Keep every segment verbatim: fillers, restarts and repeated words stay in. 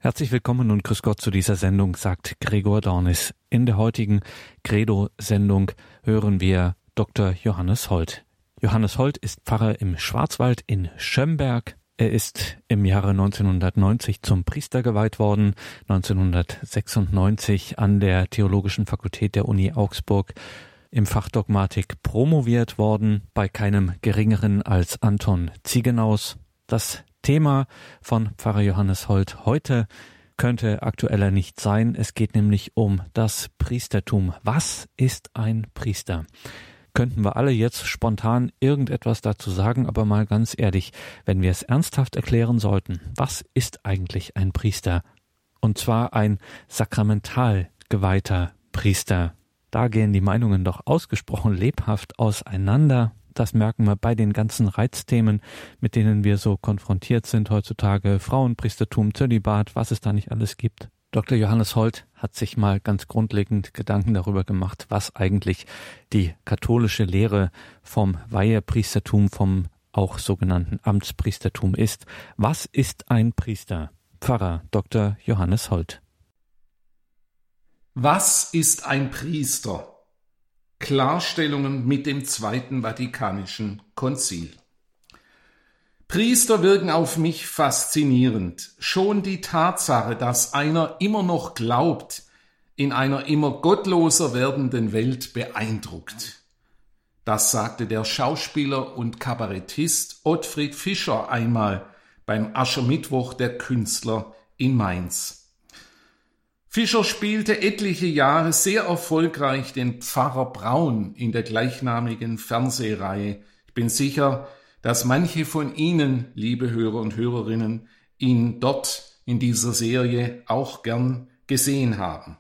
Herzlich willkommen und grüß Gott zu dieser Sendung, sagt Gregor Dornis. In der heutigen Credo-Sendung hören wir Doktor Johannes Holt. Johannes Holt ist Pfarrer im Schwarzwald in Schömberg. Er ist im Jahre neunzehnhundertneunzig zum Priester geweiht worden, neunzehnhundertsechsundneunzig an der Theologischen Fakultät der Uni Augsburg im Fach Dogmatik promoviert worden, bei keinem Geringeren als Anton Ziegenaus. Das Thema von Pfarrer Johannes Holt heute könnte aktueller nicht sein. Es geht nämlich um das Priestertum. Was ist ein Priester? Könnten wir alle jetzt spontan irgendetwas dazu sagen, aber mal ganz ehrlich, wenn wir es ernsthaft erklären sollten, was ist eigentlich ein Priester? Und zwar ein sakramental geweihter Priester. Da gehen die Meinungen doch ausgesprochen lebhaft auseinander. Das merken wir bei den ganzen Reizthemen, mit denen wir so konfrontiert sind heutzutage. Frauenpriestertum, Zölibat, was es da nicht alles gibt. Doktor Johannes Holt hat sich mal ganz grundlegend Gedanken darüber gemacht, was eigentlich die katholische Lehre vom Weihepriestertum, vom auch sogenannten Amtspriestertum ist. Was ist ein Priester? Pfarrer Doktor Johannes Holt. Was ist ein Priester? Klarstellungen mit dem Zweiten Vatikanischen Konzil. Priester wirken auf mich faszinierend. Schon die Tatsache, dass einer immer noch glaubt, in einer immer gottloser werdenden Welt beeindruckt. Das sagte der Schauspieler und Kabarettist Ottfried Fischer einmal beim Aschermittwoch der Künstler in Mainz. Fischer spielte etliche Jahre sehr erfolgreich den Pfarrer Braun in der gleichnamigen Fernsehreihe. Ich bin sicher, dass manche von Ihnen, liebe Hörer und Hörerinnen, ihn dort in dieser Serie auch gern gesehen haben.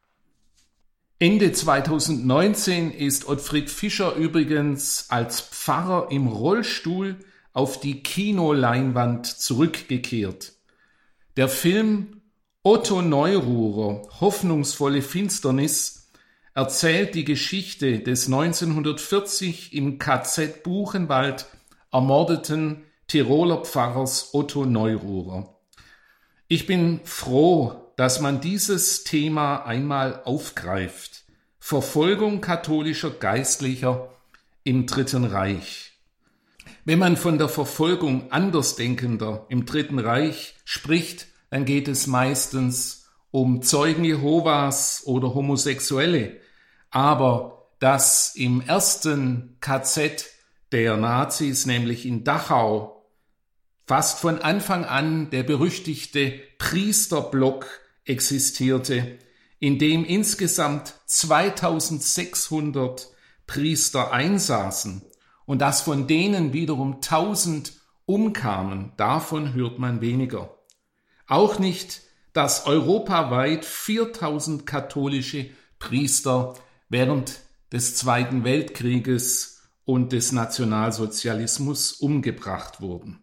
Ende zweitausendneunzehn ist Ottfried Fischer übrigens als Pfarrer im Rollstuhl auf die Kinoleinwand zurückgekehrt. Der Film Otto Neururer, Hoffnungsvolle Finsternis, erzählt die Geschichte des neunzehnhundertvierzig im K Z Buchenwald ermordeten Tiroler Pfarrers Otto Neururer. Ich bin froh, dass man dieses Thema einmal aufgreift. Verfolgung katholischer Geistlicher im Dritten Reich. Wenn man von der Verfolgung Andersdenkender im Dritten Reich spricht, dann geht es meistens um Zeugen Jehovas oder Homosexuelle. Aber dass im ersten K Z der Nazis, nämlich in Dachau, fast von Anfang an der berüchtigte Priesterblock existierte, in dem insgesamt zweitausendsechshundert Priester einsaßen und dass von denen wiederum tausend umkamen, davon hört man weniger. Auch nicht, dass europaweit viertausend katholische Priester während des Zweiten Weltkrieges und des Nationalsozialismus umgebracht wurden.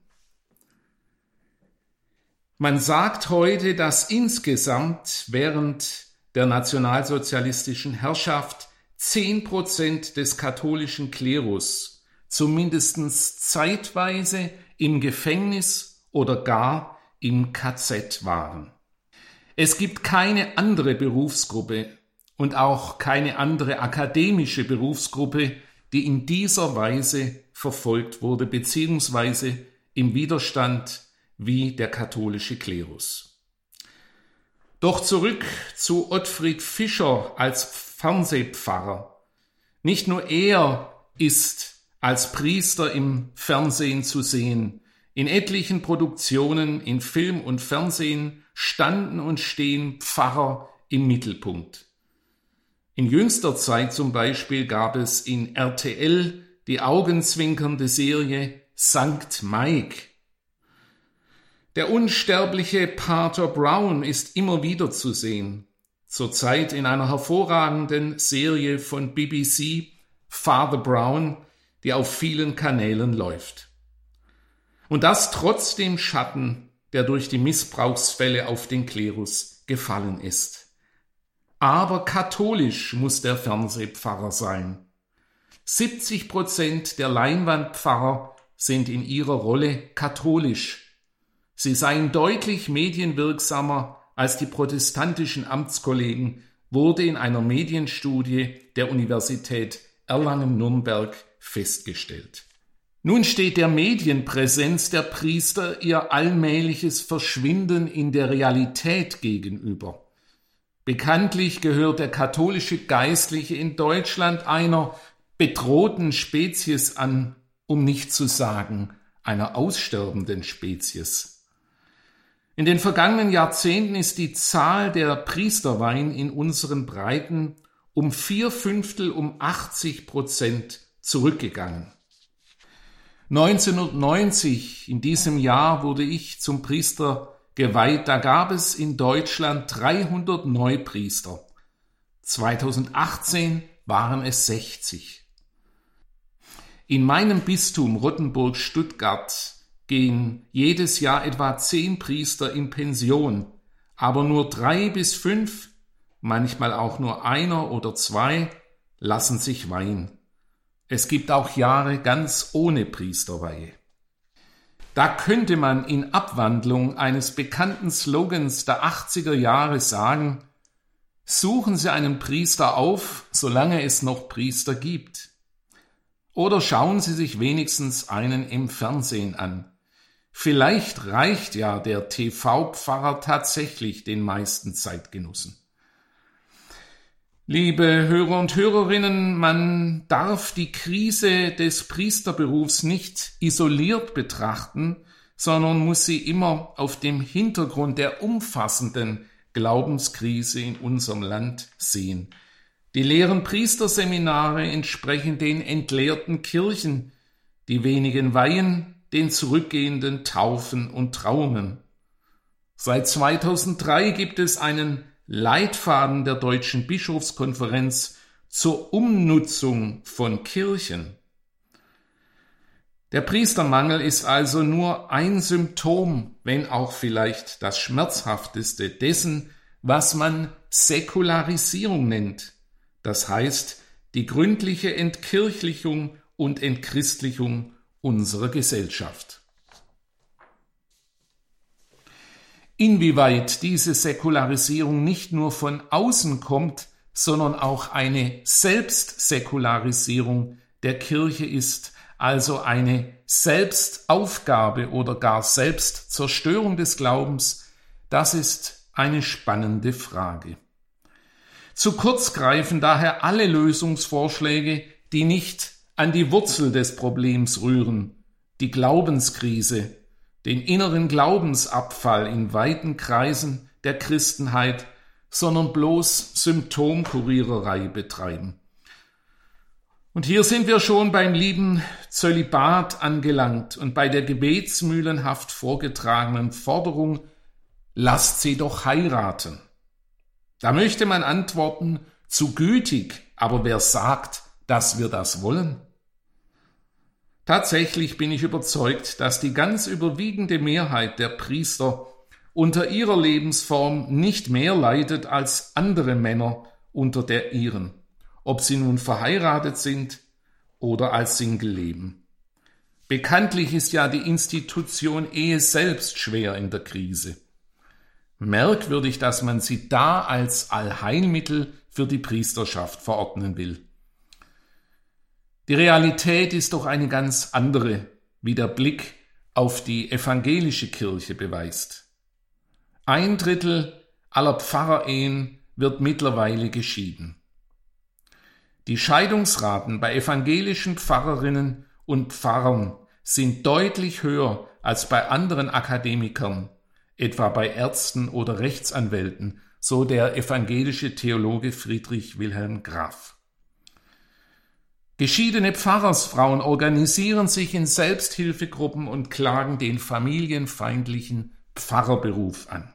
Man sagt heute, dass insgesamt während der nationalsozialistischen Herrschaft zehn Prozent des katholischen Klerus zumindest zeitweise im Gefängnis oder gar im K Z waren. Es gibt keine andere Berufsgruppe und auch keine andere akademische Berufsgruppe, die in dieser Weise verfolgt wurde, beziehungsweise im Widerstand wie der katholische Klerus. Doch zurück zu Ottfried Fischer als Fernsehpfarrer. Nicht nur er ist als Priester im Fernsehen zu sehen. In etlichen Produktionen in Film und Fernsehen standen und stehen Pfarrer im Mittelpunkt. In jüngster Zeit zum Beispiel gab es in R T L die augenzwinkernde Serie Sankt Mike. Der unsterbliche Pater Brown ist immer wieder zu sehen. Zurzeit in einer hervorragenden Serie von B B C, Father Brown, die auf vielen Kanälen läuft. Und das trotz dem Schatten, der durch die Missbrauchsfälle auf den Klerus gefallen ist. Aber katholisch muss der Fernsehpfarrer sein. siebzig Prozent der Leinwandpfarrer sind in ihrer Rolle katholisch. Sie seien deutlich medienwirksamer als die protestantischen Amtskollegen, wurde in einer Medienstudie der Universität Erlangen-Nürnberg festgestellt. Nun steht der Medienpräsenz der Priester ihr allmähliches Verschwinden in der Realität gegenüber. Bekanntlich gehört der katholische Geistliche in Deutschland einer bedrohten Spezies an, um nicht zu sagen einer aussterbenden Spezies. In den vergangenen Jahrzehnten ist die Zahl der Priesterweihen in unseren Breiten um vier Fünftel, um achtzig Prozent zurückgegangen. neunzehnhundertneunzig, in diesem Jahr, wurde ich zum Priester geweiht. Da gab es in Deutschland dreihundert Neupriester. zweitausendachtzehn waren es sechzig. In meinem Bistum Rottenburg-Stuttgart gehen jedes Jahr etwa zehn Priester in Pension, aber nur drei bis fünf, manchmal auch nur einer oder zwei, lassen sich weihen. Es gibt auch Jahre ganz ohne Priesterweihe. Da könnte man in Abwandlung eines bekannten Slogans der achtziger Jahre sagen: Suchen Sie einen Priester auf, solange es noch Priester gibt. Oder schauen Sie sich wenigstens einen im Fernsehen an. Vielleicht reicht ja der T V-Pfarrer tatsächlich den meisten Zeitgenossen. Liebe Hörer und Hörerinnen, man darf die Krise des Priesterberufs nicht isoliert betrachten, sondern muss sie immer auf dem Hintergrund der umfassenden Glaubenskrise in unserem Land sehen. Die leeren Priesterseminare entsprechen den entleerten Kirchen, die wenigen Weihen den zurückgehenden Taufen und Trauungen. Seit zweitausenddrei gibt es einen Leitfaden der Deutschen Bischofskonferenz zur Umnutzung von Kirchen. Der Priestermangel ist also nur ein Symptom, wenn auch vielleicht das schmerzhafteste dessen, was man Säkularisierung nennt. Das heißt, die gründliche Entkirchlichung und Entchristlichung unserer Gesellschaft. Inwieweit diese Säkularisierung nicht nur von außen kommt, sondern auch eine Selbstsäkularisierung der Kirche ist, also eine Selbstaufgabe oder gar Selbstzerstörung des Glaubens, das ist eine spannende Frage. Zu kurz greifen daher alle Lösungsvorschläge, die nicht an die Wurzel des Problems rühren, die Glaubenskrise, den inneren Glaubensabfall in weiten Kreisen der Christenheit, sondern bloß Symptomkuriererei betreiben. Und hier sind wir schon beim lieben Zölibat angelangt und bei der gebetsmühlenhaft vorgetragenen Forderung: Lasst sie doch heiraten. Da möchte man antworten: Zu gütig, aber wer sagt, dass wir das wollen? Tatsächlich bin ich überzeugt, dass die ganz überwiegende Mehrheit der Priester unter ihrer Lebensform nicht mehr leidet als andere Männer unter der ihren, ob sie nun verheiratet sind oder als Single leben. Bekanntlich ist ja die Institution Ehe selbst schwer in der Krise. Merkwürdig, dass man sie da als Allheilmittel für die Priesterschaft verordnen will. Die Realität ist doch eine ganz andere, wie der Blick auf die evangelische Kirche beweist. Ein Drittel aller Pfarrerehen wird mittlerweile geschieden. Die Scheidungsraten bei evangelischen Pfarrerinnen und Pfarrern sind deutlich höher als bei anderen Akademikern, etwa bei Ärzten oder Rechtsanwälten, so der evangelische Theologe Friedrich Wilhelm Graf. Geschiedene Pfarrersfrauen organisieren sich in Selbsthilfegruppen und klagen den familienfeindlichen Pfarrerberuf an.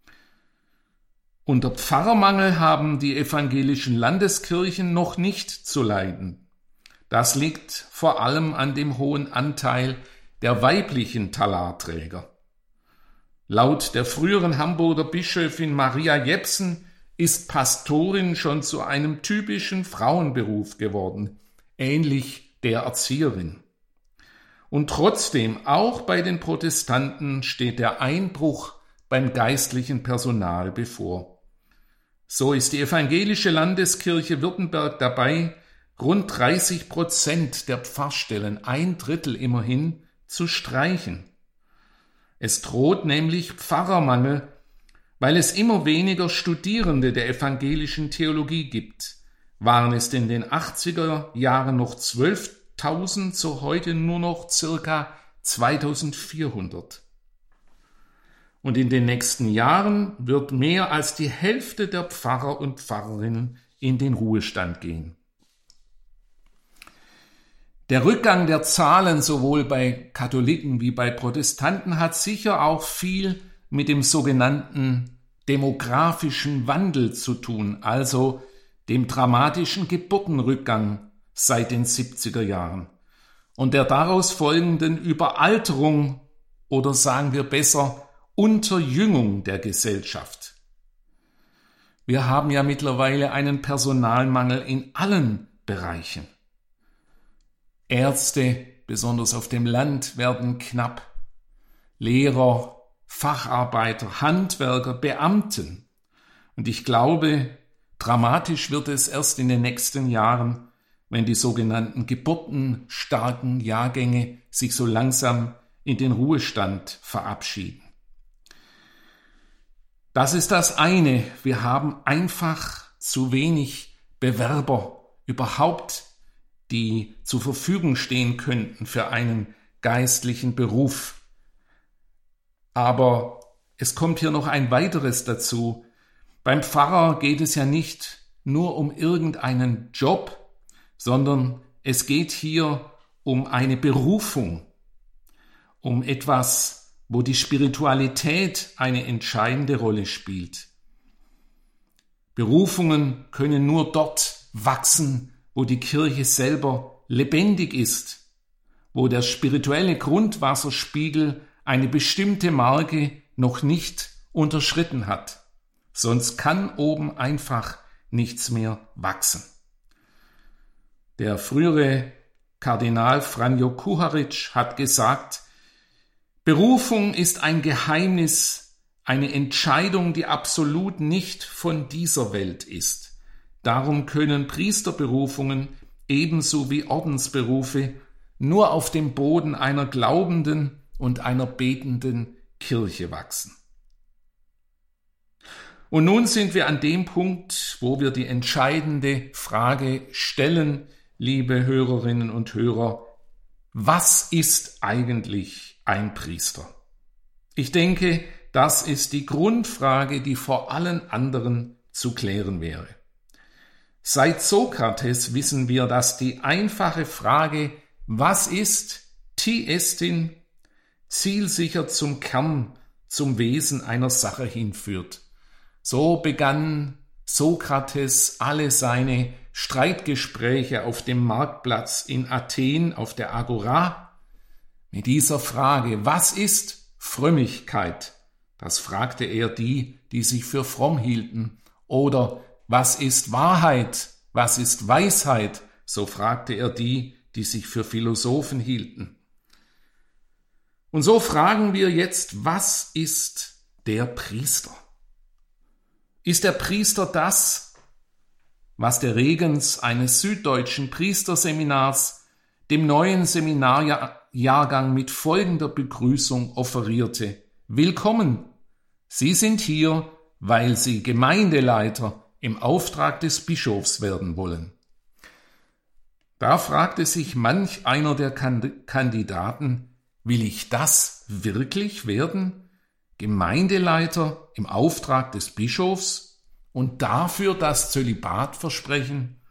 Unter Pfarrermangel haben die evangelischen Landeskirchen noch nicht zu leiden. Das liegt vor allem an dem hohen Anteil der weiblichen Talarträger. Laut der früheren Hamburger Bischöfin Maria Jepsen ist Pastorin schon zu einem typischen Frauenberuf geworden, ähnlich der Erzieherin. Und trotzdem, auch bei den Protestanten steht der Einbruch beim geistlichen Personal bevor. So ist die evangelische Landeskirche Württemberg dabei, rund dreißig Prozent der Pfarrstellen, ein Drittel immerhin, zu streichen. Es droht nämlich Pfarrermangel, weil es immer weniger Studierende der evangelischen Theologie gibt. Waren es in den achtziger Jahren noch zwölftausend, so heute nur noch circa zweitausendvierhundert. Und in den nächsten Jahren wird mehr als die Hälfte der Pfarrer und Pfarrerinnen in den Ruhestand gehen. Der Rückgang der Zahlen sowohl bei Katholiken wie bei Protestanten hat sicher auch viel mit dem sogenannten demografischen Wandel zu tun, also dem dramatischen Geburtenrückgang seit den siebziger Jahren und der daraus folgenden Überalterung oder sagen wir besser Unterjüngung der Gesellschaft. Wir haben ja mittlerweile einen Personalmangel in allen Bereichen. Ärzte, besonders auf dem Land, werden knapp. Lehrer, Facharbeiter, Handwerker, Beamten. Und ich glaube, dramatisch wird es erst in den nächsten Jahren, wenn die sogenannten geburtenstarken Jahrgänge sich so langsam in den Ruhestand verabschieden. Das ist das eine. Wir haben einfach zu wenig Bewerber überhaupt, die zur Verfügung stehen könnten für einen geistlichen Beruf. Aber es kommt hier noch ein weiteres dazu. Beim Pfarrer geht es ja nicht nur um irgendeinen Job, sondern es geht hier um eine Berufung, um etwas, wo die Spiritualität eine entscheidende Rolle spielt. Berufungen können nur dort wachsen, wo die Kirche selber lebendig ist, wo der spirituelle Grundwasserspiegel eine bestimmte Marke noch nicht unterschritten hat. Sonst kann oben einfach nichts mehr wachsen. Der frühere Kardinal Franjo Kuharic hat gesagt, Berufung ist ein Geheimnis, eine Entscheidung, die absolut nicht von dieser Welt ist. Darum können Priesterberufungen ebenso wie Ordensberufe nur auf dem Boden einer glaubenden und einer betenden Kirche wachsen. Und nun sind wir an dem Punkt, wo wir die entscheidende Frage stellen, liebe Hörerinnen und Hörer, was ist eigentlich ein Priester? Ich denke, das ist die Grundfrage, die vor allen anderen zu klären wäre. Seit Sokrates wissen wir, dass die einfache Frage, was ist, τι εστιν, zielsicher zum Kern, zum Wesen einer Sache hinführt. So begann Sokrates alle seine Streitgespräche auf dem Marktplatz in Athen auf der Agora mit dieser Frage, was ist Frömmigkeit? Das fragte er die, die sich für fromm hielten. Oder was ist Wahrheit? Was ist Weisheit? So fragte er die, die sich für Philosophen hielten. Und so fragen wir jetzt, was ist der Priester? Ist der Priester das, was der Regens eines süddeutschen Priesterseminars dem neuen Seminarjahrgang mit folgender Begrüßung offerierte? Willkommen! Sie sind hier, weil Sie Gemeindeleiter im Auftrag des Bischofs werden wollen. Da fragte sich manch einer der Kandidaten, will ich das wirklich werden? Gemeindeleiter im Auftrag des Bischofs und dafür das Zölibat versprechen?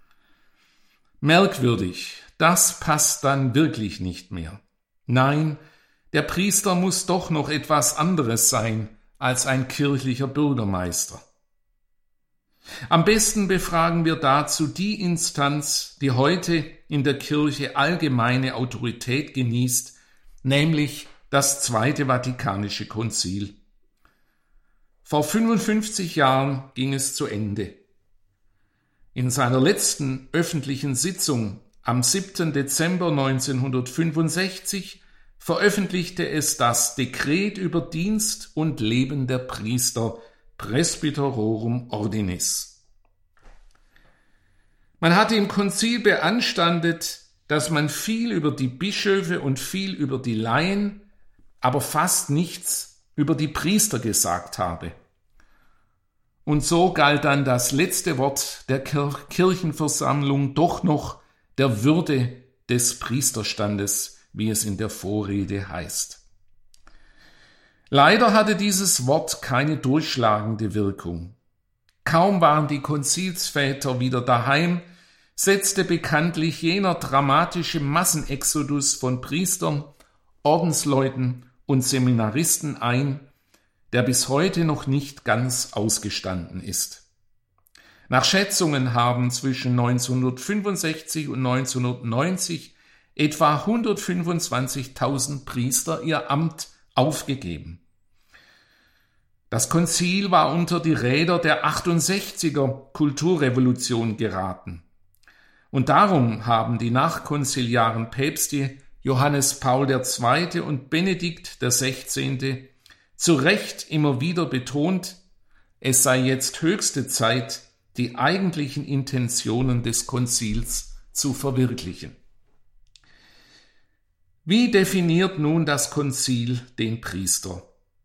Merkwürdig, das passt dann wirklich nicht mehr. Nein, der Priester muss doch noch etwas anderes sein als ein kirchlicher Bürgermeister. Am besten befragen wir dazu die Instanz, die heute in der Kirche allgemeine Autorität genießt, nämlich das Zweite Vatikanische Konzil. Vor fünfundfünfzig Jahren ging es zu Ende. In seiner letzten öffentlichen Sitzung am siebten Dezember neunzehnhundertfünfundsechzig veröffentlichte es das Dekret über Dienst und Leben der Priester, Presbyterorum Ordinis. Man hatte im Konzil beanstandet, dass man viel über die Bischöfe und viel über die Laien, aber fast nichts über die Priester gesagt habe. Und so galt dann das letzte Wort der Kirchenversammlung doch noch der Würde des Priesterstandes, wie es in der Vorrede heißt. Leider hatte dieses Wort keine durchschlagende Wirkung. Kaum waren die Konzilsväter wieder daheim, setzte bekanntlich jener dramatische Massenexodus von Priestern, Ordensleuten und Seminaristen ein, der bis heute noch nicht ganz ausgestanden ist. Nach Schätzungen haben zwischen neunzehnhundertfünfundsechzig und neunzehnhundertneunzig etwa hundertfünfundzwanzigtausend Priester ihr Amt aufgegeben. Das Konzil war unter die Räder der achtundsechziger Kulturrevolution geraten. Und darum haben die nachkonziliaren Päpste Johannes Paul der Zweite und Benedikt der Sechzehnte zu Recht immer wieder betont, es sei jetzt höchste Zeit, die eigentlichen Intentionen des Konzils zu verwirklichen. Wie definiert nun das Konzil den Priester?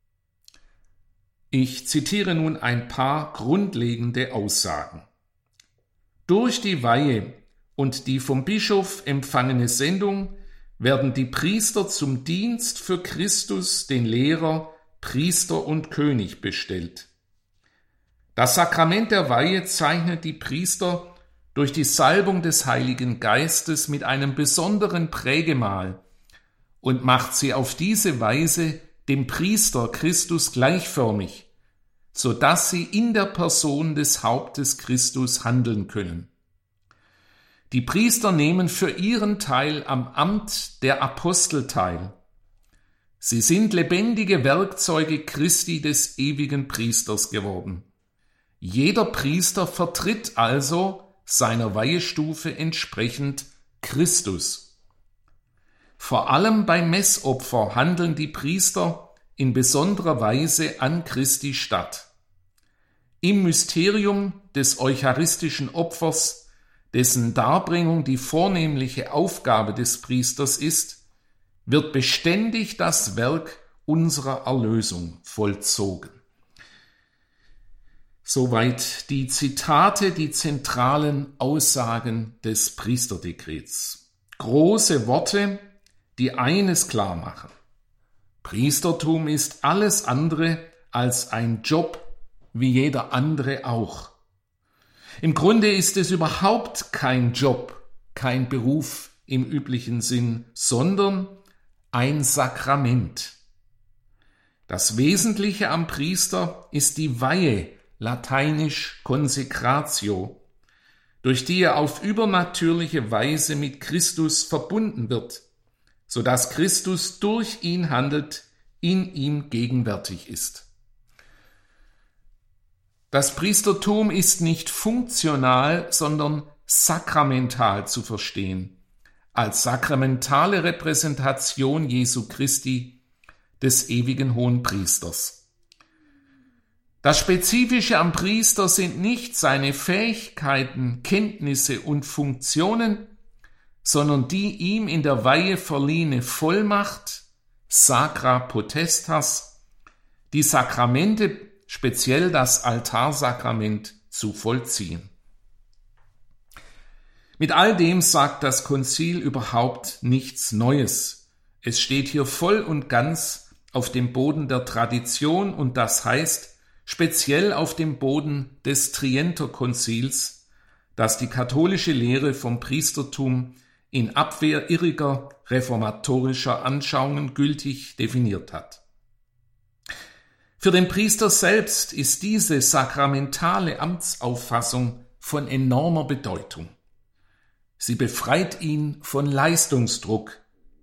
Ich zitiere nun ein paar grundlegende Aussagen. Durch die Weihe und die vom Bischof empfangene Sendung werden die Priester zum Dienst für Christus, den Lehrer, Priester und König bestellt. Das Sakrament der Weihe zeichnet die Priester durch die Salbung des Heiligen Geistes mit einem besonderen Prägemal und macht sie auf diese Weise dem Priester Christus gleichförmig, so dass sie in der Person des Hauptes Christus handeln können. Die Priester nehmen für ihren Teil am Amt der Apostel teil. Sie sind lebendige Werkzeuge Christi des ewigen Priesters geworden. Jeder Priester vertritt also seiner Weihestufe entsprechend Christus. Vor allem beim Messopfer handeln die Priester in besonderer Weise an Christi statt. Im Mysterium des eucharistischen Opfers, dessen Darbringung die vornehmliche Aufgabe des Priesters ist, wird beständig das Werk unserer Erlösung vollzogen. Soweit die Zitate, die zentralen Aussagen des Priesterdekrets. Große Worte, die eines klar machen. Priestertum ist alles andere als ein Job, wie jeder andere auch. Im Grunde ist es überhaupt kein Job, kein Beruf im üblichen Sinn, sondern ein Sakrament. Das Wesentliche am Priester ist die Weihe, lateinisch Consecratio, durch die er auf übernatürliche Weise mit Christus verbunden wird, so dass Christus durch ihn handelt, in ihm gegenwärtig ist. Das Priestertum ist nicht funktional, sondern sakramental zu verstehen, als sakramentale Repräsentation Jesu Christi, des ewigen Hohenpriesters. Das Spezifische am Priester sind nicht seine Fähigkeiten, Kenntnisse und Funktionen, sondern die ihm in der Weihe verliehene Vollmacht, Sacra Potestas, die Sakramente, speziell das Altarsakrament, zu vollziehen. Mit all dem sagt das Konzil überhaupt nichts Neues. Es steht hier voll und ganz auf dem Boden der Tradition und das heißt speziell auf dem Boden des Trienter-Konzils, das die katholische Lehre vom Priestertum in Abwehr irriger reformatorischer Anschauungen gültig definiert hat. Für den Priester selbst ist diese sakramentale Amtsauffassung von enormer Bedeutung. Sie befreit ihn von Leistungsdruck.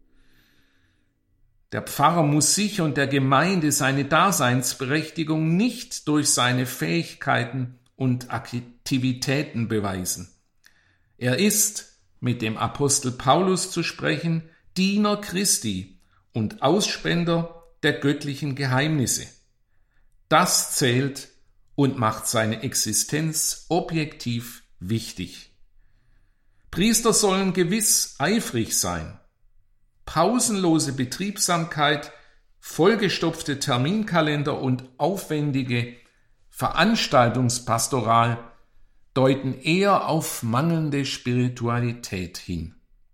Der Pfarrer muss sich und der Gemeinde seine Daseinsberechtigung nicht durch seine Fähigkeiten und Aktivitäten beweisen. Er ist, mit dem Apostel Paulus zu sprechen, Diener Christi und Ausspender der göttlichen Geheimnisse. Das zählt und macht seine Existenz objektiv wichtig. Priester sollen gewiss eifrig sein. Pausenlose Betriebsamkeit, vollgestopfte Terminkalender und aufwendige Veranstaltungspastoral deuten eher auf mangelnde Spiritualität hin.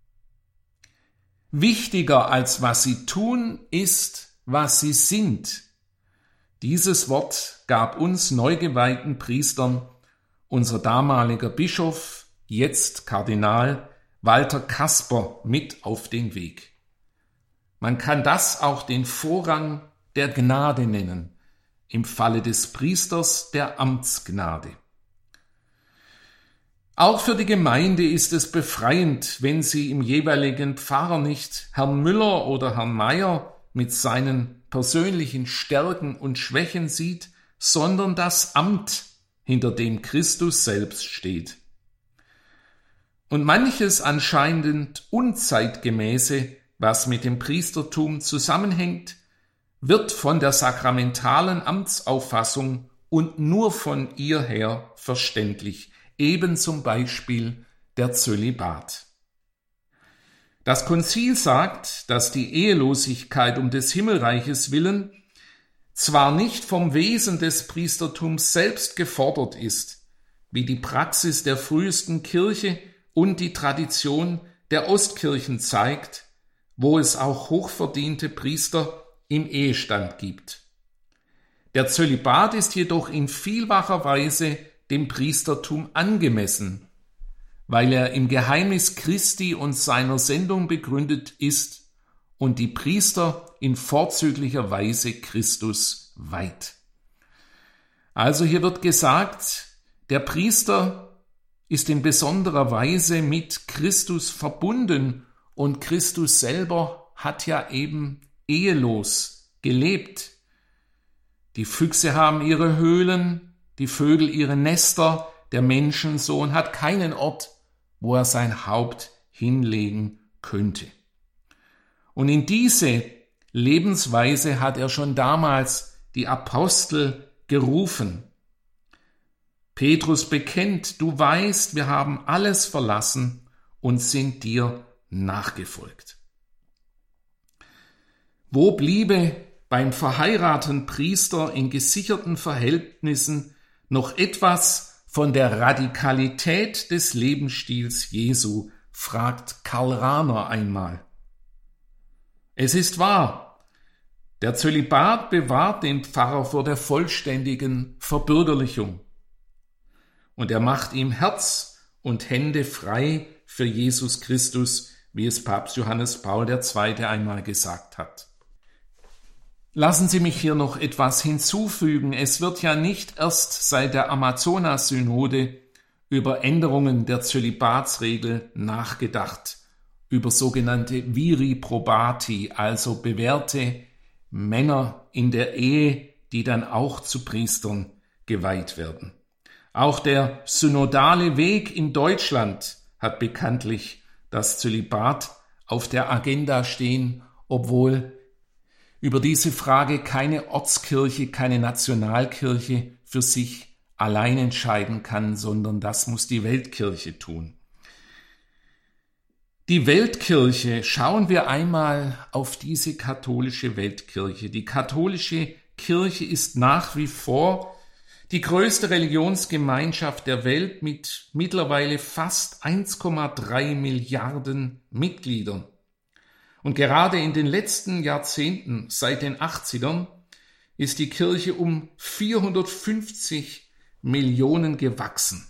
Wichtiger als was sie tun, ist, was sie sind. Dieses Wort gab uns neu geweihten Priestern unser damaliger Bischof, jetzt Kardinal Walter Kasper, mit auf den Weg. Man kann das auch den Vorrang der Gnade nennen, im Falle des Priesters der Amtsgnade. Auch für die Gemeinde ist es befreiend, wenn sie im jeweiligen Pfarrer nicht Herrn Müller oder Herrn Meier mit seinen persönlichen Stärken und Schwächen sieht, sondern das Amt, hinter dem Christus selbst steht. Und manches anscheinend Unzeitgemäße, was mit dem Priestertum zusammenhängt, wird von der sakramentalen Amtsauffassung und nur von ihr her verständlich, eben zum Beispiel der Zölibat. Das Konzil sagt, dass die Ehelosigkeit um des Himmelreiches willen zwar nicht vom Wesen des Priestertums selbst gefordert ist, wie die Praxis der frühesten Kirche und die Tradition der Ostkirchen zeigt, wo es auch hochverdiente Priester im Ehestand gibt. Der Zölibat ist jedoch in vielfacher Weise dem Priestertum angemessen, weil er im Geheimnis Christi und seiner Sendung begründet ist und die Priester in vorzüglicher Weise Christus weiht. Also hier wird gesagt, der Priester ist in besonderer Weise mit Christus verbunden und Christus selber hat ja eben ehelos gelebt. Die Füchse haben ihre Höhlen, die Vögel ihre Nester, der Menschensohn hat keinen Ort, wo er sein Haupt hinlegen könnte. Und in diese Lebensweise hat er schon damals die Apostel gerufen. Petrus bekennt, du weißt, wir haben alles verlassen und sind dir nachgefolgt. Wo bliebe beim verheirateten Priester in gesicherten Verhältnissen noch etwas von der Radikalität des Lebensstils Jesu, fragt Karl Rahner einmal. Es ist wahr, der Zölibat bewahrt den Pfarrer vor der vollständigen Verbürgerlichung und er macht ihm Herz und Hände frei für Jesus Christus, wie es Papst Johannes Paul der Zweite einmal gesagt hat. Lassen Sie mich hier noch etwas hinzufügen. Es wird ja nicht erst seit der Amazonas-Synode über Änderungen der Zölibatsregel nachgedacht, über sogenannte viri probati, also bewährte Männer in der Ehe, die dann auch zu Priestern geweiht werden. Auch der synodale Weg in Deutschland hat bekanntlich das Zölibat auf der Agenda stehen, obwohl über diese Frage keine Ortskirche, keine Nationalkirche für sich allein entscheiden kann, sondern das muss die Weltkirche tun. Die Weltkirche, schauen wir einmal auf diese katholische Weltkirche. Die katholische Kirche ist nach wie vor die größte Religionsgemeinschaft der Welt mit mittlerweile fast eins Komma drei Milliarden Mitgliedern. Und gerade in den letzten Jahrzehnten, seit den achtzigern, ist die Kirche um vierhundertfünfzig Millionen gewachsen.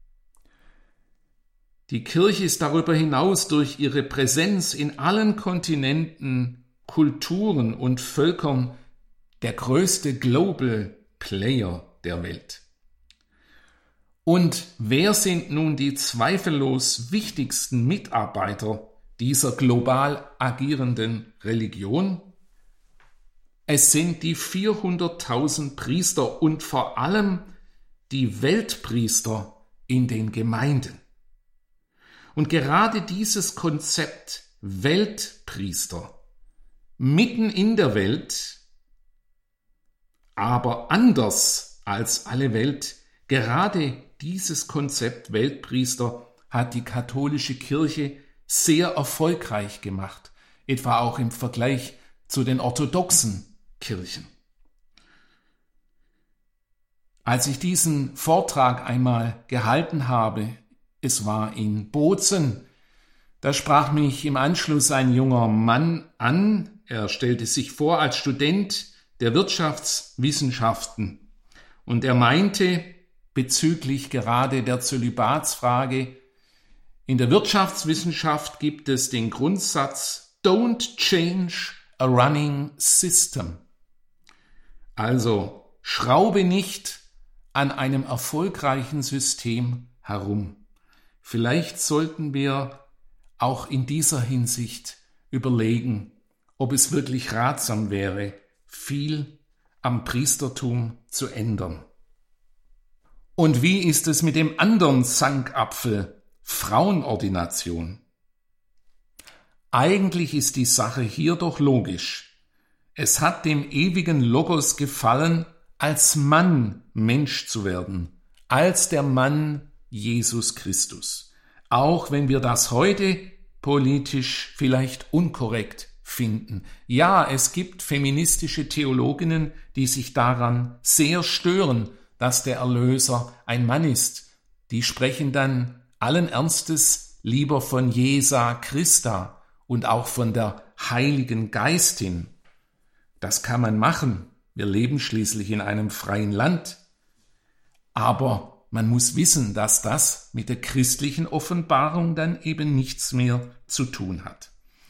Die Kirche ist darüber hinaus durch ihre Präsenz in allen Kontinenten, Kulturen und Völkern der größte Global Player der Welt. Und wer sind nun die zweifellos wichtigsten Mitarbeiter dieser global agierenden Religion? Es sind die vierhunderttausend Priester und vor allem die Weltpriester in den Gemeinden. Und gerade dieses Konzept Weltpriester mitten in der Welt, aber anders als alle Welt. Gerade dieses Konzept Weltpriester hat die katholische Kirche sehr erfolgreich gemacht, etwa auch im Vergleich zu den orthodoxen Kirchen. Als ich diesen Vortrag einmal gehalten habe, es war in Bozen, da sprach mich im Anschluss ein junger Mann an. Er stellte sich vor als Student der Wirtschaftswissenschaften und er meinte bezüglich gerade der Zölibatsfrage, in der Wirtschaftswissenschaft gibt es den Grundsatz Don't change a running system. Also schraube nicht an einem erfolgreichen System herum. Vielleicht sollten wir auch in dieser Hinsicht überlegen, ob es wirklich ratsam wäre, viel am Priestertum zu ändern. Und wie ist es mit dem anderen Zankapfel, Frauenordination? Eigentlich ist die Sache hier doch logisch. Es hat dem ewigen Logos gefallen, als Mann Mensch zu werden, als der Mann Jesus Christus. Auch wenn wir das heute politisch vielleicht unkorrekt finden. Ja, es gibt feministische Theologinnen, die sich daran sehr stören, dass der Erlöser ein Mann ist. Die sprechen dann allen Ernstes lieber von Jesa Christa und auch von der Heiligen Geistin. Das kann man machen. Wir leben schließlich in einem freien Land. Aber man muss wissen, dass das mit der christlichen Offenbarung dann eben nichts mehr zu tun hat.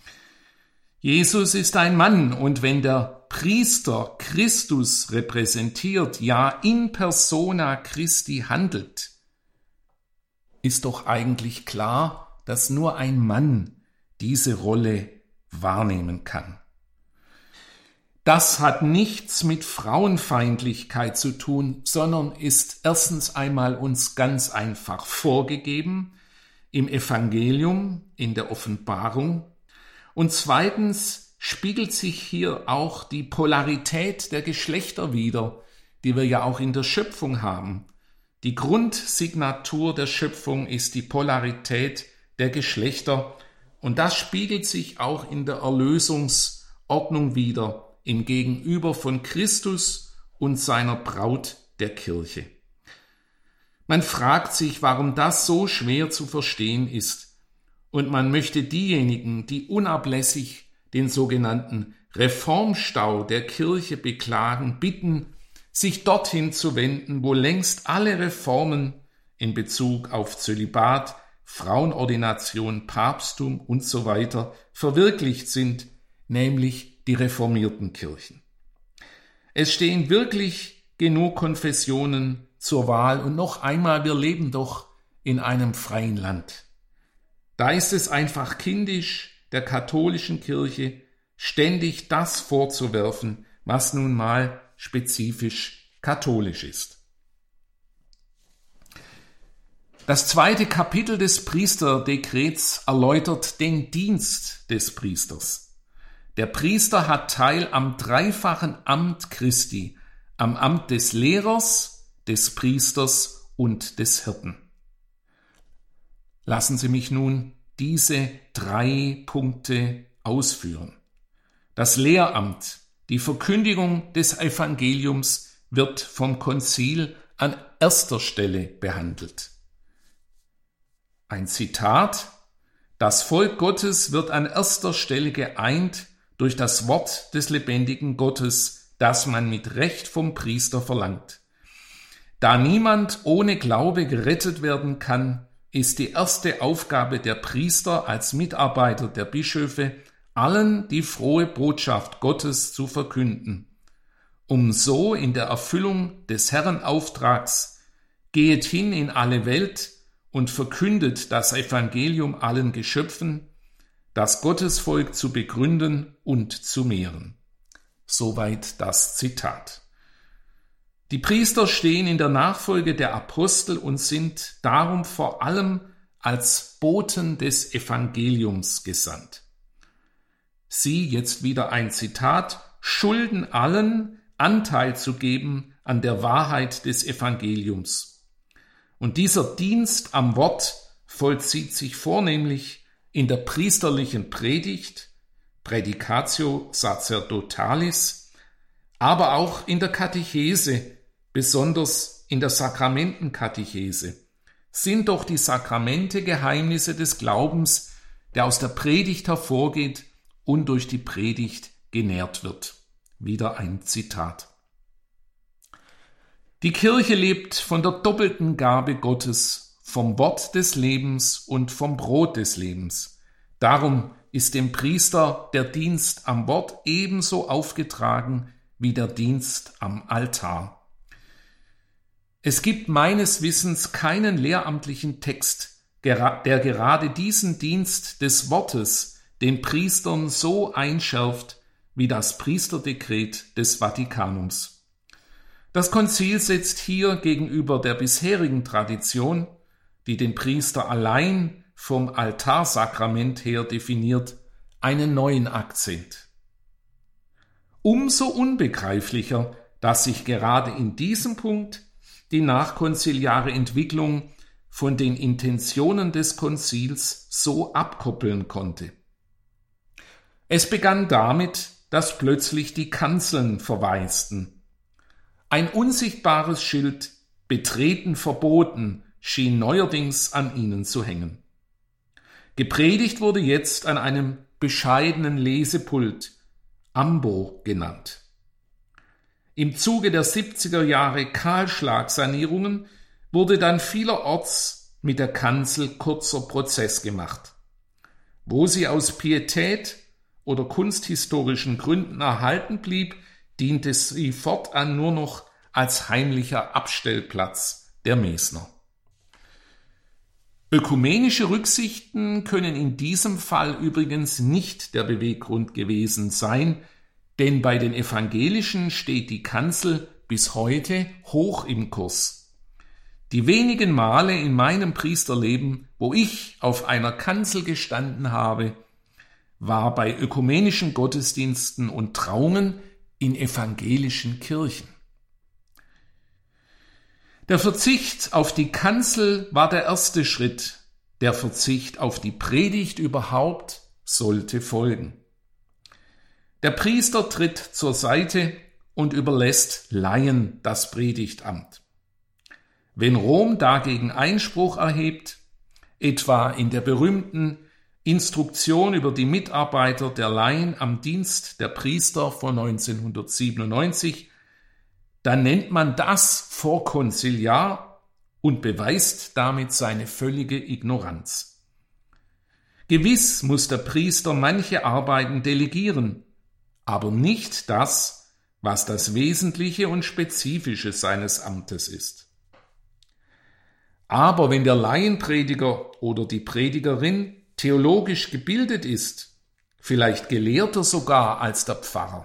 Jesus ist ein Mann und wenn der Priester Christus repräsentiert, ja in persona Christi handelt, ist doch eigentlich klar, dass nur ein Mann diese Rolle wahrnehmen kann. Das hat nichts mit Frauenfeindlichkeit zu tun, sondern ist erstens einmal uns ganz einfach vorgegeben im Evangelium, in der Offenbarung. Und zweitens spiegelt sich hier auch die Polarität der Geschlechter wider, die wir ja auch in der Schöpfung haben. Die Grundsignatur der Schöpfung ist die Polarität der Geschlechter und das spiegelt sich auch in der Erlösungsordnung wider, im Gegenüber von Christus und seiner Braut der Kirche. Man fragt sich, warum das so schwer zu verstehen ist, und man möchte diejenigen, die unablässig den sogenannten Reformstau der Kirche beklagen, bitten, sich dorthin zu wenden, wo längst alle Reformen in Bezug auf Zölibat, Frauenordination, Papsttum und so weiter verwirklicht sind, nämlich die reformierten Kirchen. Es stehen wirklich genug Konfessionen zur Wahl und noch einmal, wir leben doch in einem freien Land. Da ist es einfach kindisch, der katholischen Kirche ständig das vorzuwerfen, was nun mal spezifisch katholisch ist. Das zweite Kapitel des Priesterdekrets erläutert den Dienst des Priesters. Der Priester hat Teil am dreifachen Amt Christi, am Amt des Lehrers, des Priesters und des Hirten. Lassen Sie mich nun diese drei Punkte ausführen. Das Lehramt, die Verkündigung des Evangeliums wird vom Konzil an erster Stelle behandelt. Ein Zitat: Das Volk Gottes wird an erster Stelle geeint durch das Wort des lebendigen Gottes, das man mit Recht vom Priester verlangt. Da niemand ohne Glaube gerettet werden kann, ist die erste Aufgabe der Priester als Mitarbeiter der Bischöfe, allen die frohe Botschaft Gottes zu verkünden, um so in der Erfüllung des Herrenauftrags geht hin in alle Welt und verkündet das Evangelium allen Geschöpfen, das Gottesvolk zu begründen und zu mehren. Soweit das Zitat. Die Priester stehen in der Nachfolge der Apostel und sind darum vor allem als Boten des Evangeliums gesandt. sie, jetzt wieder ein Zitat, schulden allen Anteil zu geben an der Wahrheit des Evangeliums. Und dieser Dienst am Wort vollzieht sich vornehmlich in der priesterlichen Predigt, Predicatio Sacerdotalis, aber auch in der Katechese, besonders in der Sakramentenkatechese, sind doch die Sakramente Geheimnisse des Glaubens, der aus der Predigt hervorgeht und durch die Predigt genährt wird. Wieder ein Zitat. Die Kirche lebt von der doppelten Gabe Gottes, vom Wort des Lebens und vom Brot des Lebens. Darum ist dem Priester der Dienst am Wort ebenso aufgetragen wie der Dienst am Altar. Es gibt meines Wissens keinen lehramtlichen Text, der gerade diesen Dienst des Wortes den Priestern so einschärft wie das Priesterdekret des Vatikanums. Das Konzil setzt hier gegenüber der bisherigen Tradition, die den Priester allein vom Altarsakrament her definiert, einen neuen Akzent. Umso unbegreiflicher, dass sich gerade in diesem Punkt die nachkonziliare Entwicklung von den Intentionen des Konzils so abkoppeln konnte. Es begann damit, dass plötzlich die Kanzeln verwaisten. Ein unsichtbares Schild, betreten verboten, schien neuerdings an ihnen zu hängen. Gepredigt wurde jetzt an einem bescheidenen Lesepult, Ambo genannt. Im Zuge der siebziger Jahre Kahlschlagsanierungen wurde dann vielerorts mit der Kanzel kurzer Prozess gemacht. Wo sie aus Pietät oder kunsthistorischen Gründen erhalten blieb, diente sie fortan nur noch als heimlicher Abstellplatz der Mesner. Ökumenische Rücksichten können in diesem Fall übrigens nicht der Beweggrund gewesen sein, denn bei den Evangelischen steht die Kanzel bis heute hoch im Kurs. Die wenigen Male in meinem Priesterleben, wo ich auf einer Kanzel gestanden habe, war bei ökumenischen Gottesdiensten und Trauungen in evangelischen Kirchen. Der Verzicht auf die Kanzel war der erste Schritt. Der Verzicht auf die Predigt überhaupt sollte folgen. Der Priester tritt zur Seite und überlässt Laien das Predigtamt. Wenn Rom dagegen Einspruch erhebt, etwa in der berühmten Instruktion über die Mitarbeiter der Laien am Dienst der Priester von neunzehnhundertsiebenundneunzig, dann nennt man das Vorkonziliar und beweist damit seine völlige Ignoranz. Gewiss muss der Priester manche Arbeiten delegieren, aber nicht das, was das Wesentliche und Spezifische seines Amtes ist. Aber wenn der Laienprediger oder die Predigerin theologisch gebildet ist, vielleicht gelehrter sogar als der Pfarrer,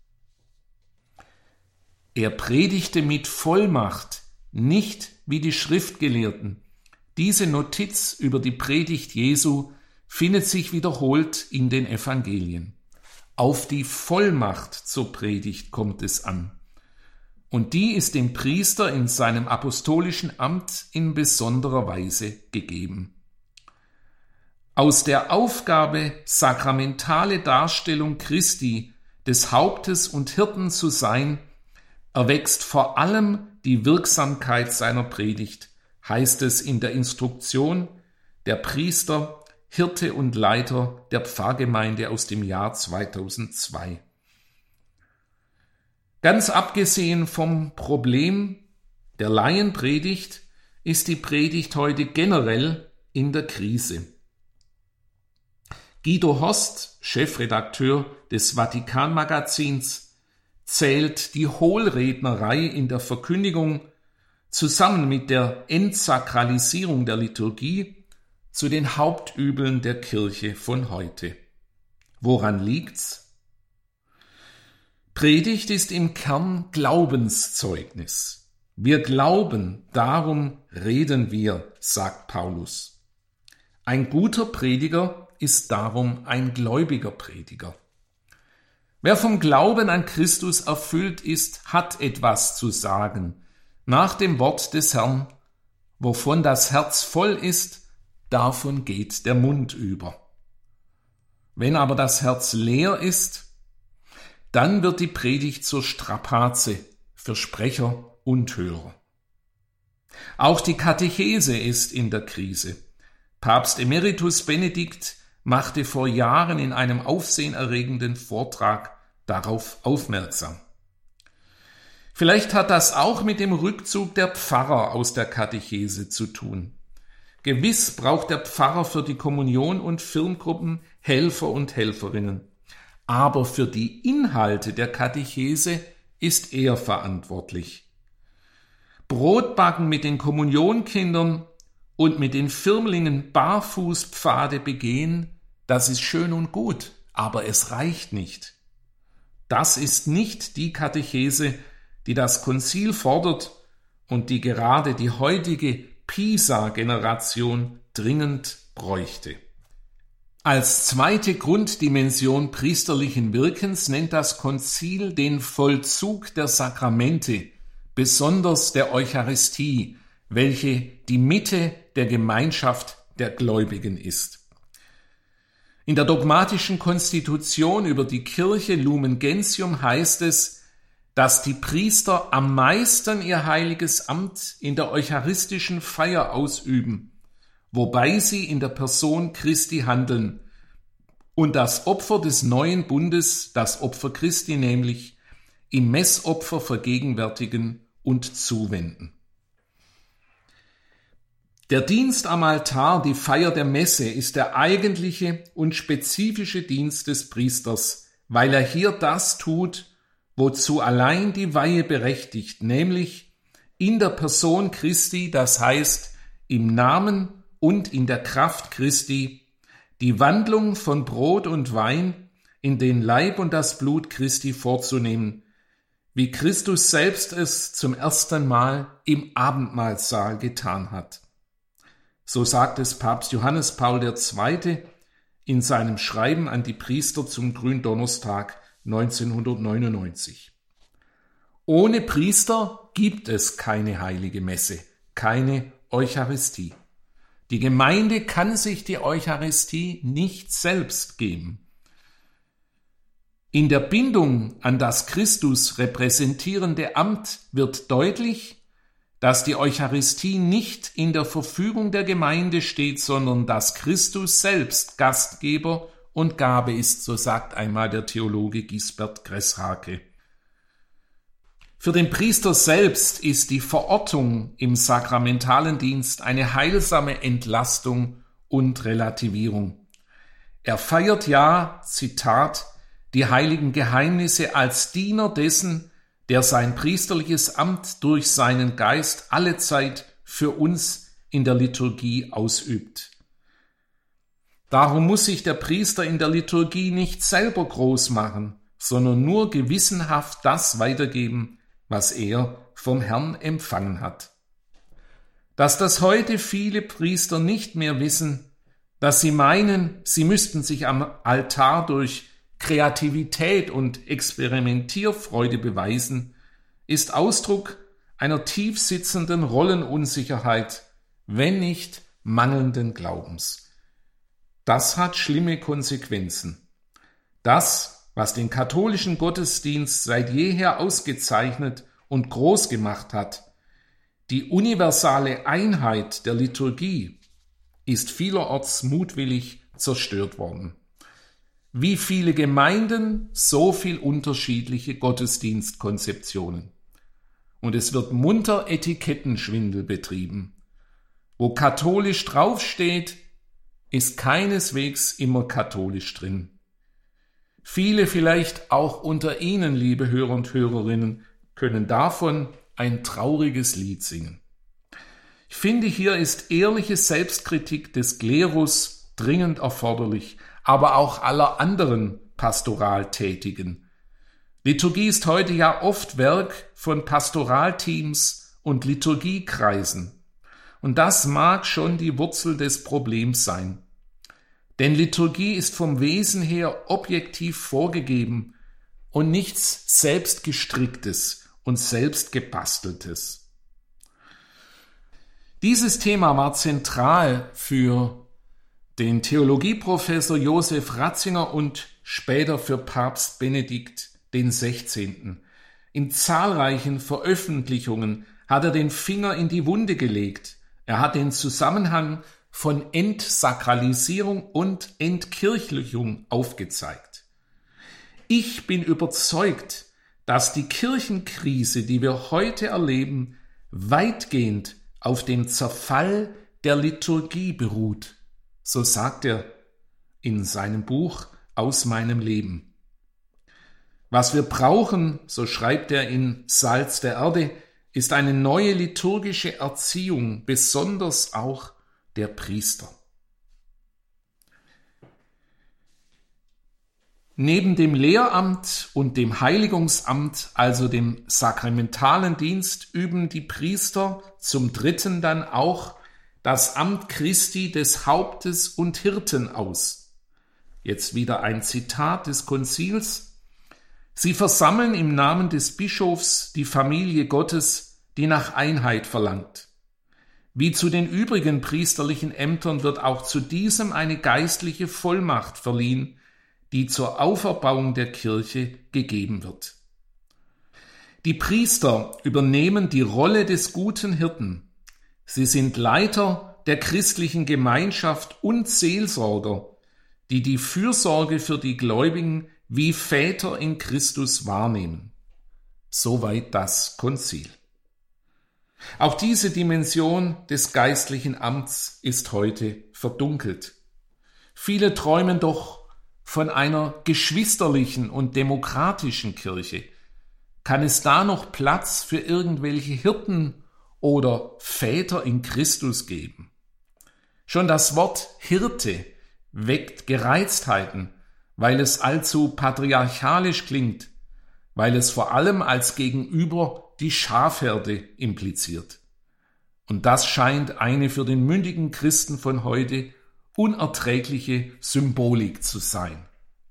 er predigte mit Vollmacht, nicht wie die Schriftgelehrten. Diese Notiz über die Predigt Jesu findet sich wiederholt in den Evangelien. Auf die Vollmacht zur Predigt kommt es an. Und die ist dem Priester in seinem apostolischen Amt in besonderer Weise gegeben. Aus der Aufgabe, sakramentale Darstellung Christi, des Hauptes und Hirten zu sein, erwächst vor allem die Wirksamkeit seiner Predigt, heißt es in der Instruktion der Priester, Hirte und Leiter der Pfarrgemeinde aus dem Jahr zweitausendzwei. Ganz abgesehen vom Problem der Laienpredigt ist die Predigt heute generell in der Krise. Guido Horst, Chefredakteur des Vatikan-Magazins, zählt die Hohlrednerei in der Verkündigung zusammen mit der Entsakralisierung der Liturgie zu den Hauptübeln der Kirche von heute. Woran liegt's? Predigt ist im Kern Glaubenszeugnis. Wir glauben, darum reden wir, sagt Paulus. Ein guter Prediger ist darum ein gläubiger Prediger. Wer vom Glauben an Christus erfüllt ist, hat etwas zu sagen. Nach dem Wort des Herrn, wovon das Herz voll ist, davon geht der Mund über. Wenn aber das Herz leer ist, dann wird die Predigt zur Strapaze für Sprecher und Hörer. Auch die Katechese ist in der Krise. Papst Emeritus Benedikt machte vor Jahren in einem aufsehenerregenden Vortrag darauf aufmerksam. Vielleicht hat das auch mit dem Rückzug der Pfarrer aus der Katechese zu tun. Gewiss braucht der Pfarrer für die Kommunion und Firmgruppen Helfer und Helferinnen. Aber für die Inhalte der Katechese ist er verantwortlich. Brotbacken mit den Kommunionkindern und mit den Firmlingen Barfußpfade begehen, das ist schön und gut, aber es reicht nicht. Das ist nicht die Katechese, die das Konzil fordert und die gerade die heutige Pisa-Generation dringend bräuchte. Als zweite Grunddimension priesterlichen Wirkens nennt das Konzil den Vollzug der Sakramente, besonders der Eucharistie, welche die Mitte der Gemeinschaft der Gläubigen ist. In der dogmatischen Konstitution über die Kirche Lumen Gentium heißt es, dass die Priester am meisten ihr heiliges Amt in der eucharistischen Feier ausüben, wobei sie in der Person Christi handeln und das Opfer des neuen Bundes, das Opfer Christi nämlich, im Messopfer vergegenwärtigen und zuwenden. Der Dienst am Altar, die Feier der Messe, ist der eigentliche und spezifische Dienst des Priesters, weil er hier das tut, wozu allein die Weihe berechtigt, nämlich in der Person Christi, das heißt im Namen und in der Kraft Christi, die Wandlung von Brot und Wein in den Leib und das Blut Christi vorzunehmen, wie Christus selbst es zum ersten Mal im Abendmahlsaal getan hat. So sagt es Papst Johannes Paul der Zweite in seinem Schreiben an die Priester zum Gründonnerstag neunzehnhundertneunundneunzig. Ohne Priester gibt es keine heilige Messe, keine Eucharistie. Die Gemeinde kann sich die Eucharistie nicht selbst geben. In der Bindung an das Christus repräsentierende Amt wird deutlich, dass die Eucharistie nicht in der Verfügung der Gemeinde steht, sondern dass Christus selbst Gastgeber und Gabe ist, so sagt einmal der Theologe Gisbert Greshake. Für den Priester selbst ist die Verortung im sakramentalen Dienst eine heilsame Entlastung und Relativierung. Er feiert ja, Zitat, die heiligen Geheimnisse als Diener dessen, der sein priesterliches Amt durch seinen Geist allezeit für uns in der Liturgie ausübt. Darum muss sich der Priester in der Liturgie nicht selber groß machen, sondern nur gewissenhaft das weitergeben, was er vom Herrn empfangen hat. Dass das heute viele Priester nicht mehr wissen, dass sie meinen, sie müssten sich am Altar durch Kreativität und Experimentierfreude beweisen, ist Ausdruck einer tief sitzenden Rollenunsicherheit, wenn nicht mangelnden Glaubens. Das hat schlimme Konsequenzen. Das, was den katholischen Gottesdienst seit jeher ausgezeichnet und groß gemacht hat, die universale Einheit der Liturgie, ist vielerorts mutwillig zerstört worden. Wie viele Gemeinden, so viel unterschiedliche Gottesdienstkonzeptionen. Und es wird munter Etikettenschwindel betrieben. Wo katholisch draufsteht, ist keineswegs immer katholisch drin. Viele vielleicht auch unter Ihnen, liebe Hörer und Hörerinnen, können davon ein trauriges Lied singen. Ich finde, hier ist ehrliche Selbstkritik des Klerus dringend erforderlich, aber auch aller anderen Pastoraltätigen. Liturgie ist heute ja oft Werk von Pastoralteams und Liturgiekreisen. Und das mag schon die Wurzel des Problems sein. Denn Liturgie ist vom Wesen her objektiv vorgegeben, und nichts selbstgestricktes und selbstgebasteltes. Dieses Thema war zentral für den Theologieprofessor Josef Ratzinger und später für Papst Benedikt den Sechzehnten. In zahlreichen Veröffentlichungen hat er den Finger in die Wunde gelegt. Er hat den Zusammenhang von Entsakralisierung und Entkirchlichung aufgezeigt. Ich bin überzeugt, dass die Kirchenkrise, die wir heute erleben, weitgehend auf dem Zerfall der Liturgie beruht. So sagt er in seinem Buch Aus meinem Leben. Was wir brauchen, so schreibt er in Salz der Erde, ist eine neue liturgische Erziehung, besonders auch der Priester. Neben dem Lehramt und dem Heiligungsamt, also dem sakramentalen Dienst, üben die Priester zum Dritten dann auch das Amt Christi des Hauptes und Hirten aus. Jetzt wieder ein Zitat des Konzils. Sie versammeln im Namen des Bischofs die Familie Gottes, die nach Einheit verlangt. Wie zu den übrigen priesterlichen Ämtern wird auch zu diesem eine geistliche Vollmacht verliehen, die zur Auferbauung der Kirche gegeben wird. Die Priester übernehmen die Rolle des guten Hirten. Sie sind Leiter der christlichen Gemeinschaft und Seelsorger, die die Fürsorge für die Gläubigen wie Väter in Christus wahrnehmen. Soweit das Konzil. Auch diese Dimension des geistlichen Amts ist heute verdunkelt. Viele träumen doch von einer geschwisterlichen und demokratischen Kirche. Kann es da noch Platz für irgendwelche Hirten oder Väter in Christus geben? Schon das Wort Hirte weckt Gereiztheiten, weil es allzu patriarchalisch klingt, weil es vor allem als Gegenüber die Schafherde impliziert. Und das scheint eine für den mündigen Christen von heute unerträgliche Symbolik zu sein.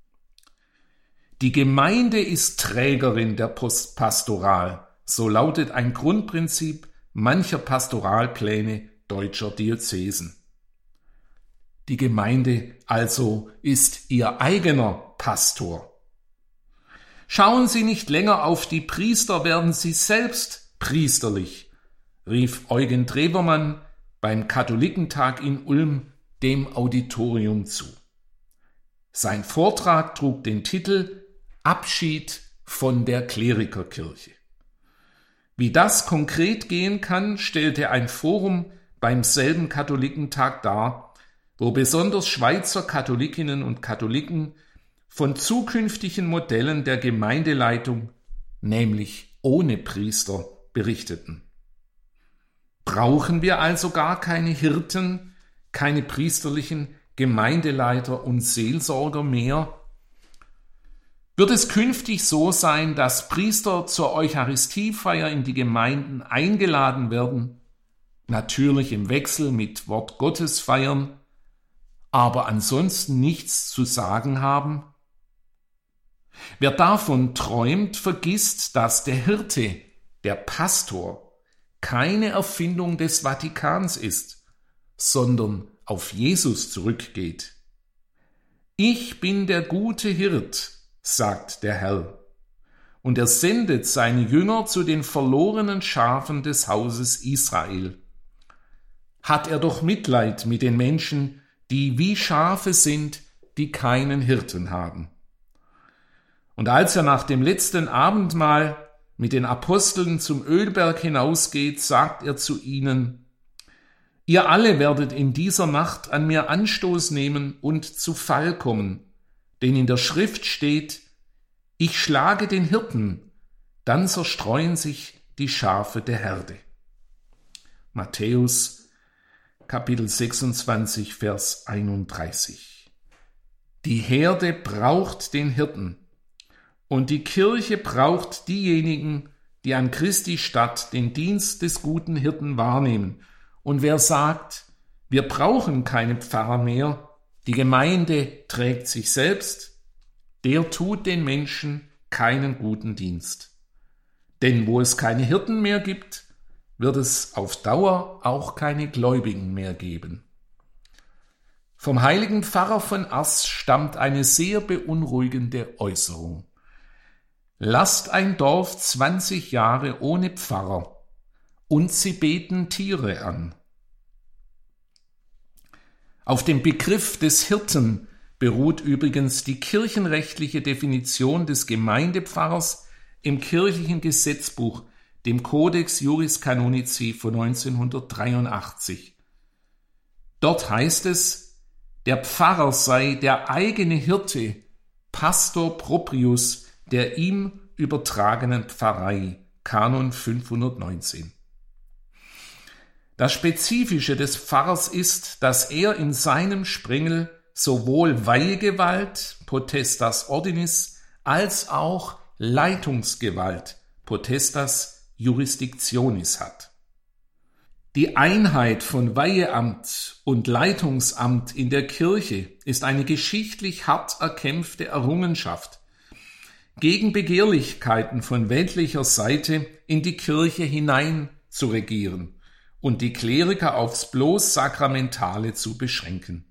Die Gemeinde ist Trägerin der Pastoral, so lautet ein Grundprinzip mancher Pastoralpläne deutscher Diözesen. Die Gemeinde also ist ihr eigener Pastor. Schauen Sie nicht länger auf die Priester, werden Sie selbst priesterlich, rief Eugen Drewermann beim Katholikentag in Ulm dem Auditorium zu. Sein Vortrag trug den Titel Abschied von der Klerikerkirche. Wie das konkret gehen kann, stellte ein Forum beim selben Katholikentag dar, wo besonders Schweizer Katholikinnen und Katholiken von zukünftigen Modellen der Gemeindeleitung, nämlich ohne Priester, berichteten. Brauchen wir also gar keine Hirten, keine priesterlichen Gemeindeleiter und Seelsorger mehr? Wird es künftig so sein, dass Priester zur Eucharistiefeier in die Gemeinden eingeladen werden, natürlich im Wechsel mit Wort Gottes feiern, aber ansonsten nichts zu sagen haben? Wer davon träumt, vergisst, dass der Hirte, der Pastor, keine Erfindung des Vatikans ist, sondern auf Jesus zurückgeht. Ich bin der gute Hirt, sagt der Herr, und er sendet seine Jünger zu den verlorenen Schafen des Hauses Israel. Hat er doch Mitleid mit den Menschen, die wie Schafe sind, die keinen Hirten haben. Und als er nach dem letzten Abendmahl mit den Aposteln zum Ölberg hinausgeht, sagt er zu ihnen: Ihr alle werdet in dieser Nacht an mir Anstoß nehmen und zu Fall kommen, denn in der Schrift steht: Ich schlage den Hirten, dann zerstreuen sich die Schafe der Herde. Matthäus Kapitel sechsundzwanzig, Vers einunddreißig. Die Herde braucht den Hirten und die Kirche braucht diejenigen, die an Christi Statt den Dienst des guten Hirten wahrnehmen. Und wer sagt, wir brauchen keine Pfarrer mehr, die Gemeinde trägt sich selbst, der tut den Menschen keinen guten Dienst. Denn wo es keine Hirten mehr gibt, wird es auf Dauer auch keine Gläubigen mehr geben. Vom heiligen Pfarrer von Ars stammt eine sehr beunruhigende Äußerung. Lasst ein Dorf zwanzig Jahre ohne Pfarrer und sie beten Tiere an. Auf dem Begriff des Hirten beruht übrigens die kirchenrechtliche Definition des Gemeindepfarrers im kirchlichen Gesetzbuch, dem Codex Juris Canonici von neunzehnhundertdreiundachtzig. Dort heißt es, der Pfarrer sei der eigene Hirte, Pastor proprius, der ihm übertragenen Pfarrei, Kanon fünfhundertneunzehn. Das Spezifische des Pfarrers ist, dass er in seinem Sprengel sowohl Weihegewalt, potestas ordinis, als auch Leitungsgewalt, potestas jurisdictionis hat. Die Einheit von Weiheamt und Leitungsamt in der Kirche ist eine geschichtlich hart erkämpfte Errungenschaft, gegen Begehrlichkeiten von weltlicher Seite in die Kirche hinein zu regieren und die Kleriker aufs bloß Sakramentale zu beschränken.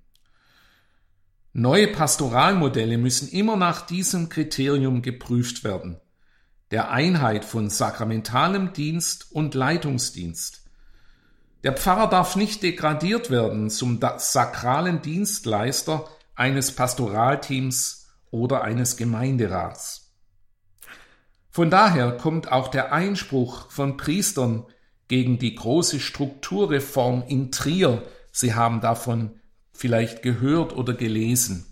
Neue Pastoralmodelle müssen immer nach diesem Kriterium geprüft werden, der Einheit von sakramentalem Dienst und Leitungsdienst. Der Pfarrer darf nicht degradiert werden zum sakralen Dienstleister eines Pastoralteams oder eines Gemeinderats. Von daher kommt auch der Einspruch von Priestern gegen die große Strukturreform in Trier. Sie haben davon vielleicht gehört oder gelesen.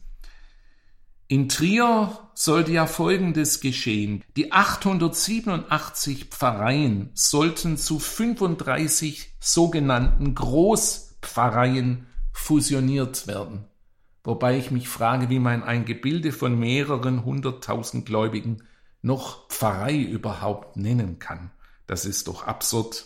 In Trier sollte ja Folgendes geschehen. Die achthundertsiebenundachtzig Pfarreien sollten zu fünfunddreißig sogenannten Großpfarreien fusioniert werden. Wobei ich mich frage, wie man ein Gebilde von mehreren hunderttausend Gläubigen noch Pfarrei überhaupt nennen kann. Das ist doch absurd.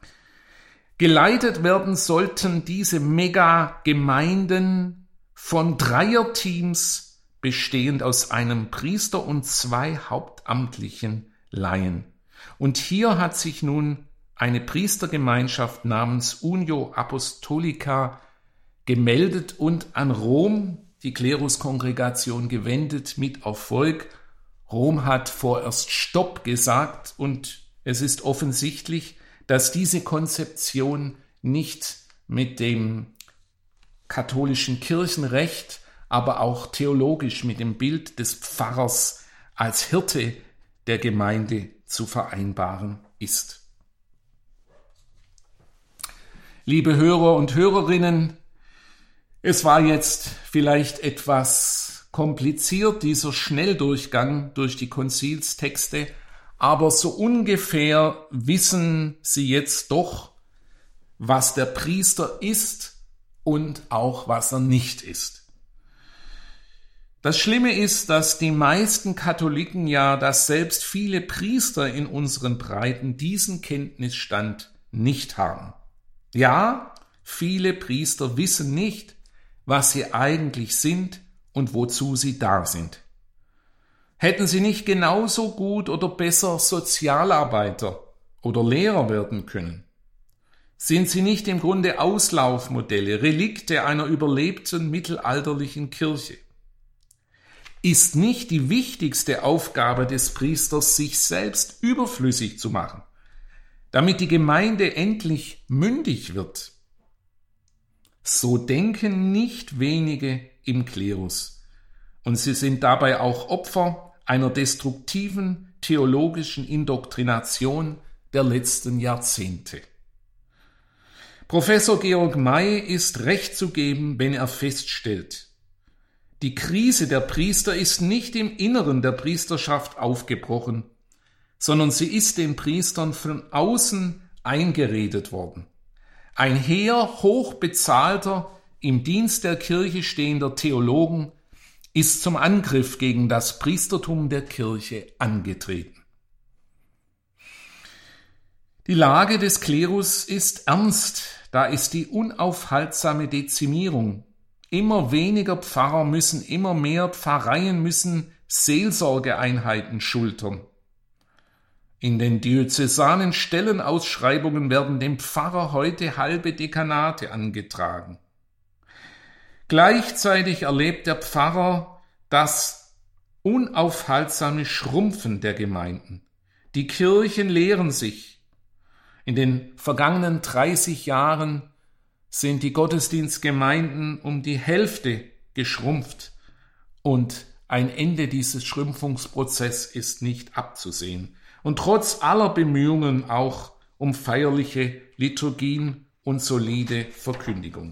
Geleitet werden sollten diese Megagemeinden von Dreierteams, bestehend aus einem Priester und zwei hauptamtlichen Laien. Und hier hat sich nun eine Priestergemeinschaft namens Unio Apostolica gemeldet und an Rom, die Kleruskongregation, gewendet mit Erfolg. Rom hat vorerst Stopp gesagt und es ist offensichtlich, dass diese Konzeption nicht mit dem katholischen Kirchenrecht, aber auch theologisch mit dem Bild des Pfarrers als Hirte der Gemeinde zu vereinbaren ist. Liebe Hörer und Hörerinnen, es war jetzt vielleicht etwas kompliziert, dieser Schnelldurchgang durch die Konzilstexte, aber so ungefähr wissen Sie jetzt doch, was der Priester ist und auch was er nicht ist. Das Schlimme ist, dass die meisten Katholiken ja, dass selbst viele Priester in unseren Breiten diesen Kenntnisstand nicht haben. Ja, viele Priester wissen nicht, was sie eigentlich sind und wozu sie da sind. Hätten sie nicht genauso gut oder besser Sozialarbeiter oder Lehrer werden können? Sind sie nicht im Grunde Auslaufmodelle, Relikte einer überlebten mittelalterlichen Kirche? Ist nicht die wichtigste Aufgabe des Priesters, sich selbst überflüssig zu machen, damit die Gemeinde endlich mündig wird? So denken nicht wenige im Klerus, und sie sind dabei auch Opfer einer destruktiven theologischen Indoktrination der letzten Jahrzehnte. Professor Georg May ist recht zu geben, wenn er feststellt, die Krise der Priester ist nicht im Inneren der Priesterschaft aufgebrochen, sondern sie ist den Priestern von außen eingeredet worden. Ein Heer hochbezahlter, im Dienst der Kirche stehender Theologen ist zum Angriff gegen das Priestertum der Kirche angetreten. Die Lage des Klerus ist ernst, da ist die unaufhaltsame Dezimierung. Immer weniger Pfarrer müssen, immer mehr Pfarreien müssen Seelsorgeeinheiten schultern. In den diözesanen Stellenausschreibungen werden dem Pfarrer heute halbe Dekanate angetragen. Gleichzeitig erlebt der Pfarrer das unaufhaltsame Schrumpfen der Gemeinden. Die Kirchen leeren sich. In den vergangenen dreißig Jahren sind die Gottesdienstgemeinden um die Hälfte geschrumpft und ein Ende dieses Schrumpfungsprozesses ist nicht abzusehen. Und trotz aller Bemühungen auch um feierliche Liturgien und solide Verkündigung.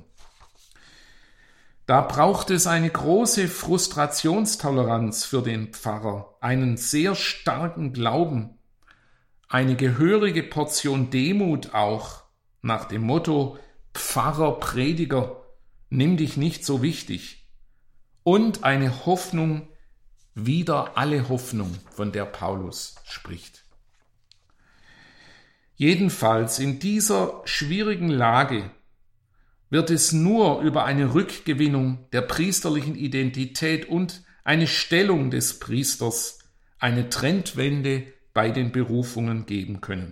Da braucht es eine große Frustrationstoleranz für den Pfarrer, einen sehr starken Glauben, eine gehörige Portion Demut auch, nach dem Motto Pfarrer, Prediger, nimm dich nicht so wichtig, und eine Hoffnung, wieder alle Hoffnung, von der Paulus spricht. Jedenfalls in dieser schwierigen Lage wird es nur über eine Rückgewinnung der priesterlichen Identität und eine Stellung des Priesters, eine Trendwende bei den Berufungen geben können.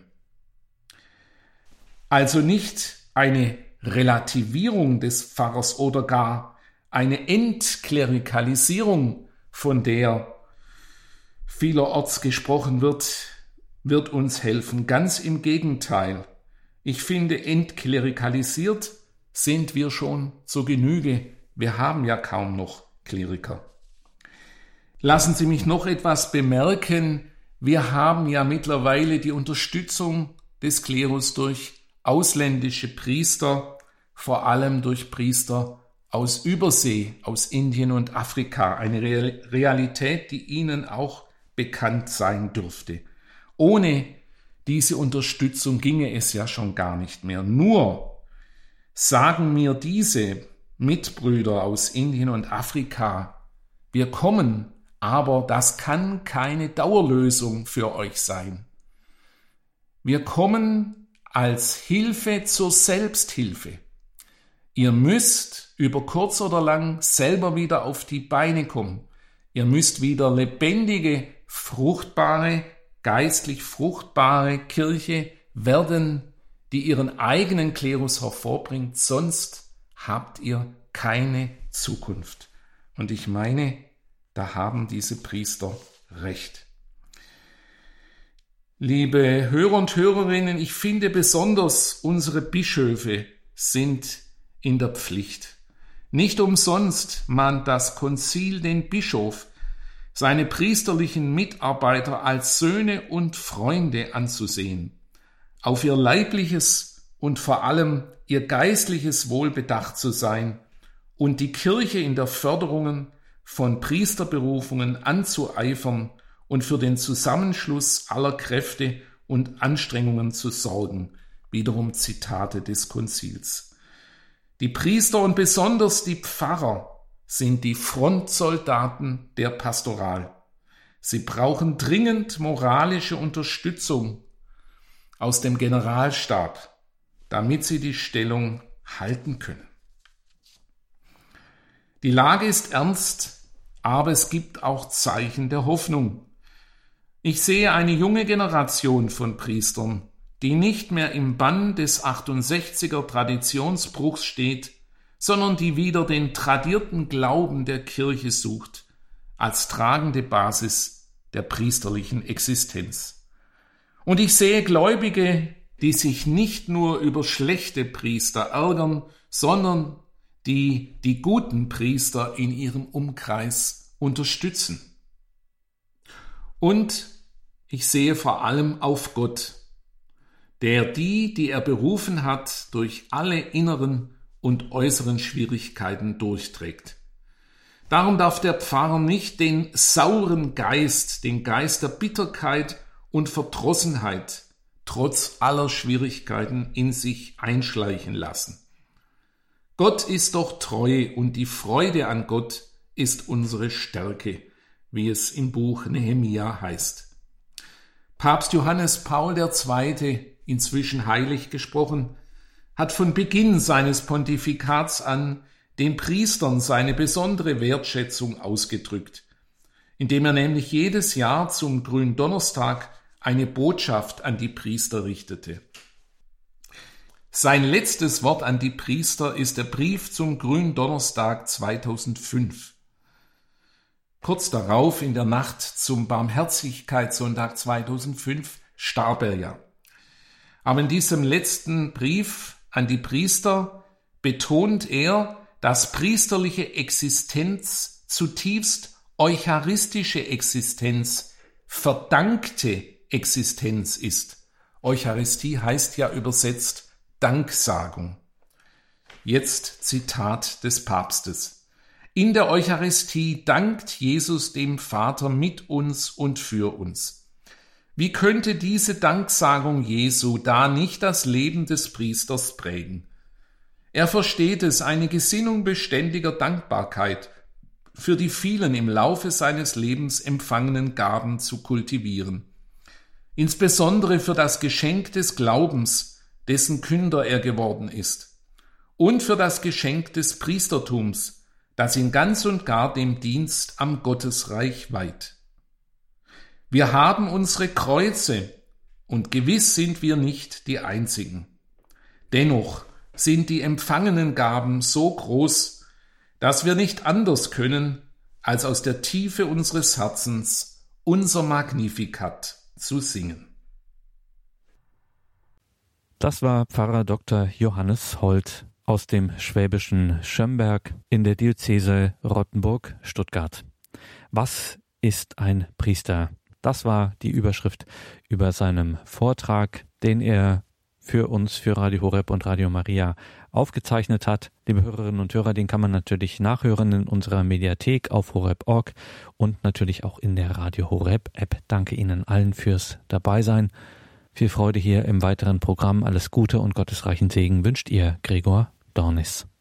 Also nicht eine Relativierung des Pfarrers oder gar eine Entklerikalisierung, von der vielerorts gesprochen wird, wird uns helfen. Ganz im Gegenteil. Ich finde, entklerikalisiert sind wir schon zur Genüge. Wir haben ja kaum noch Kleriker. Lassen Sie mich noch etwas bemerken. Wir haben ja mittlerweile die Unterstützung des Klerus durch ausländische Priester, vor allem durch Priester aus Übersee, aus Indien und Afrika, eine Realität, die Ihnen auch bekannt sein dürfte. Ohne diese Unterstützung ginge es ja schon gar nicht mehr. Nur sagen mir diese Mitbrüder aus Indien und Afrika, wir kommen, aber das kann keine Dauerlösung für euch sein. Wir kommen als Hilfe zur Selbsthilfe. Ihr müsst über kurz oder lang selber wieder auf die Beine kommen. Ihr müsst wieder lebendige, fruchtbare, geistlich fruchtbare Kirche werden, die ihren eigenen Klerus hervorbringt, sonst habt ihr keine Zukunft. Und ich meine, da haben diese Priester recht. Liebe Hörer und Hörerinnen, ich finde besonders unsere Bischöfe sind in der Pflicht. Nicht umsonst mahnt das Konzil den Bischof, seine priesterlichen Mitarbeiter als Söhne und Freunde anzusehen, auf ihr leibliches und vor allem ihr geistliches Wohl bedacht zu sein und die Kirche in der Förderung von Priesterberufungen anzueifern und für den Zusammenschluss aller Kräfte und Anstrengungen zu sorgen. Wiederum Zitate des Konzils. Die Priester und besonders die Pfarrer sind die Frontsoldaten der Pastoral. Sie brauchen dringend moralische Unterstützung aus dem Generalstab, damit sie die Stellung halten können. Die Lage ist ernst, aber es gibt auch Zeichen der Hoffnung. Ich sehe eine junge Generation von Priestern, die nicht mehr im Bann des achtundsechziger Traditionsbruchs steht, sondern die wieder den tradierten Glauben der Kirche sucht, als tragende Basis der priesterlichen Existenz. Und ich sehe Gläubige, die sich nicht nur über schlechte Priester ärgern, sondern die die guten Priester in ihrem Umkreis unterstützen. Und ich sehe vor allem auf Gott, der die, die er berufen hat, durch alle inneren und äußeren Schwierigkeiten durchträgt. Darum darf der Pfarrer nicht den sauren Geist, den Geist der Bitterkeit und Verdrossenheit, trotz aller Schwierigkeiten in sich einschleichen lassen. Gott ist doch treu und die Freude an Gott ist unsere Stärke, wie es im Buch Nehemia heißt. Papst Johannes Paul der Zweite, inzwischen heilig gesprochen, hat von Beginn seines Pontifikats an den Priestern seine besondere Wertschätzung ausgedrückt. indem er nämlich jedes Jahr zum Gründonnerstag eine Botschaft an die Priester richtete. Sein letztes Wort an die Priester ist der Brief zum Gründonnerstag zweitausendfünf. Kurz darauf, in der Nacht zum Barmherzigkeitssonntag zweitausendfünf, starb er ja. Aber in diesem letzten Brief an die Priester betont er, dass priesterliche Existenz zutiefst eucharistische Existenz, verdankte Existenz ist. Eucharistie heißt ja übersetzt Danksagung. Jetzt Zitat des Papstes. In der Eucharistie dankt Jesus dem Vater mit uns und für uns. Wie könnte diese Danksagung Jesu da nicht das Leben des Priesters prägen? Er versteht es, eine Gesinnung beständiger Dankbarkeit für die vielen im Laufe seines Lebens empfangenen Gaben zu kultivieren. Insbesondere für das Geschenk des Glaubens, dessen Künder er geworden ist, und für das Geschenk des Priestertums, das ihn ganz und gar dem Dienst am Gottesreich weiht. Wir haben unsere Kreuze, und gewiss sind wir nicht die Einzigen. Dennoch sind die empfangenen Gaben so groß, dass wir nicht anders können, als aus der Tiefe unseres Herzens unser Magnificat zu singen. Das war Pfarrer Doktor Johannes Holt aus dem schwäbischen Schömberg in der Diözese Rottenburg-Stuttgart. Was ist ein Priester? Das war die Überschrift über seinem Vortrag, den er für uns, für Radio Horeb und Radio Maria aufgezeichnet hat. Liebe Hörerinnen und Hörer, den kann man natürlich nachhören in unserer Mediathek auf horeb punkt org und natürlich auch in der Radio Horeb App. Danke Ihnen allen fürs Dabeisein. Viel Freude hier im weiteren Programm. Alles Gute und gottesreichen Segen wünscht Ihr Gregor Dornis.